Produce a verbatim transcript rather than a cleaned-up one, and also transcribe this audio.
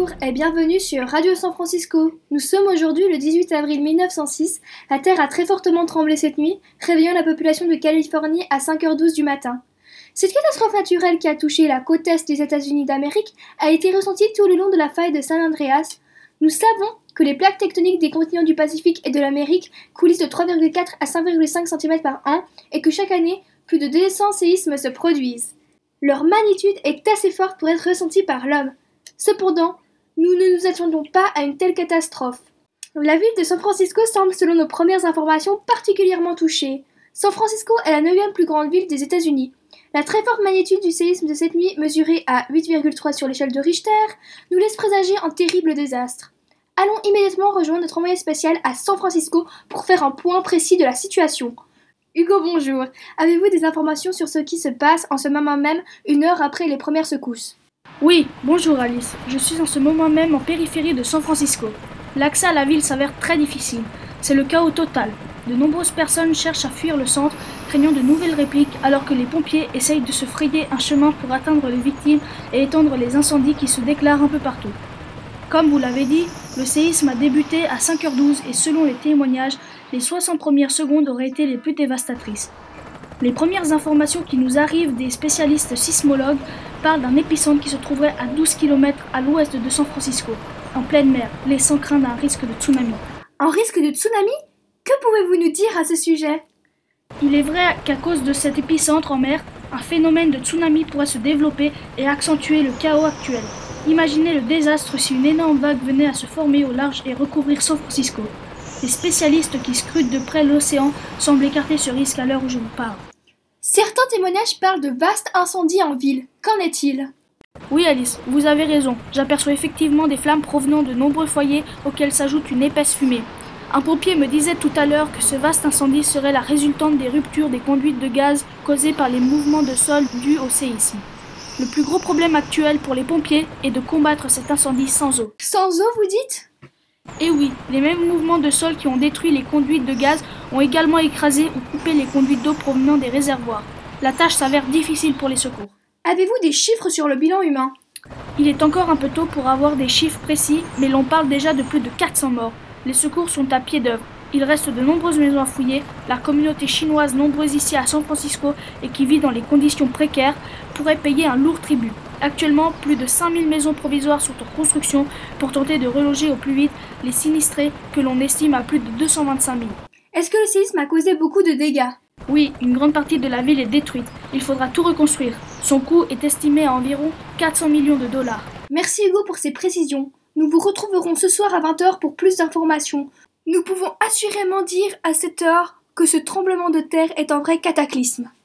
Bonjour et bienvenue sur Radio San Francisco. Nous sommes aujourd'hui le dix-huit avril mille neuf cent six. La Terre a très fortement tremblé cette nuit, réveillant la population de Californie à cinq heures douze du matin. Cette catastrophe naturelle qui a touché la côte est des États-Unis d'Amérique a été ressentie tout le long de la faille de San Andreas. Nous savons que les plaques tectoniques des continents du Pacifique et de l'Amérique coulissent de trois virgule quatre à cinq virgule cinq centimètres par an et que chaque année, plus de deux cents séismes se produisent. Leur magnitude est assez forte pour être ressentie par l'homme. Cependant, nous ne nous attendions pas à une telle catastrophe. La ville de San Francisco semble, selon nos premières informations, particulièrement touchée. San Francisco est la neuvième plus grande ville des États-Unis. La très forte magnitude du séisme de cette nuit, mesurée à huit virgule trois sur l'échelle de Richter, nous laisse présager un terrible désastre. Allons immédiatement rejoindre notre envoyé spécial à San Francisco pour faire un point précis de la situation. Hugo, bonjour. Avez-vous des informations sur ce qui se passe en ce moment même, une heure après les premières secousses ? Oui, bonjour Alice. Je suis en ce moment même en périphérie de San Francisco. L'accès à la ville s'avère très difficile. C'est le chaos total. De nombreuses personnes cherchent à fuir le centre, craignant de nouvelles répliques, alors que les pompiers essayent de se frayer un chemin pour atteindre les victimes et éteindre les incendies qui se déclarent un peu partout. Comme vous l'avez dit, le séisme a débuté à cinq heures douze et selon les témoignages, les soixante premières secondes auraient été les plus dévastatrices. Les premières informations qui nous arrivent des spécialistes sismologues parlent d'un épicentre qui se trouverait à douze kilomètres à l'ouest de San Francisco, en pleine mer, laissant craindre un risque de tsunami. Un risque de tsunami ? Que pouvez-vous nous dire à ce sujet ? Il est vrai qu'à cause de cet épicentre en mer, un phénomène de tsunami pourrait se développer et accentuer le chaos actuel. Imaginez le désastre si une énorme vague venait à se former au large et recouvrir San Francisco. Les spécialistes qui scrutent de près l'océan semblent écarter ce risque à l'heure où je vous parle. Certains témoignages parlent de vastes incendies en ville. Qu'en est-il ? Oui Alice, vous avez raison. J'aperçois effectivement des flammes provenant de nombreux foyers auxquels s'ajoute une épaisse fumée. Un pompier me disait tout à l'heure que ce vaste incendie serait la résultante des ruptures des conduites de gaz causées par les mouvements de sol dus au séisme. Le plus gros problème actuel pour les pompiers est de combattre cet incendie sans eau. Sans eau, vous dites ? Et oui, les mêmes mouvements de sol qui ont détruit les conduites de gaz ont également écrasé ou coupé les conduites d'eau provenant des réservoirs. La tâche s'avère difficile pour les secours. Avez-vous des chiffres sur le bilan humain ? Il est encore un peu tôt pour avoir des chiffres précis, mais l'on parle déjà de plus de quatre cents morts. Les secours sont à pied d'œuvre. Il reste de nombreuses maisons à fouiller. La communauté chinoise nombreuse ici à San Francisco et qui vit dans les conditions précaires pourrait payer un lourd tribut. Actuellement, plus de cinq mille maisons provisoires sont en construction pour tenter de reloger au plus vite les sinistrés que l'on estime à plus de deux cent vingt-cinq mille. Est-ce que le séisme a causé beaucoup de dégâts ? Oui, une grande partie de la ville est détruite. Il faudra tout reconstruire. Son coût est estimé à environ quatre cents millions de dollars. Merci Hugo pour ces précisions. Nous vous retrouverons ce soir à vingt heures pour plus d'informations. Nous pouvons assurément dire à cette heure que ce tremblement de terre est un vrai cataclysme.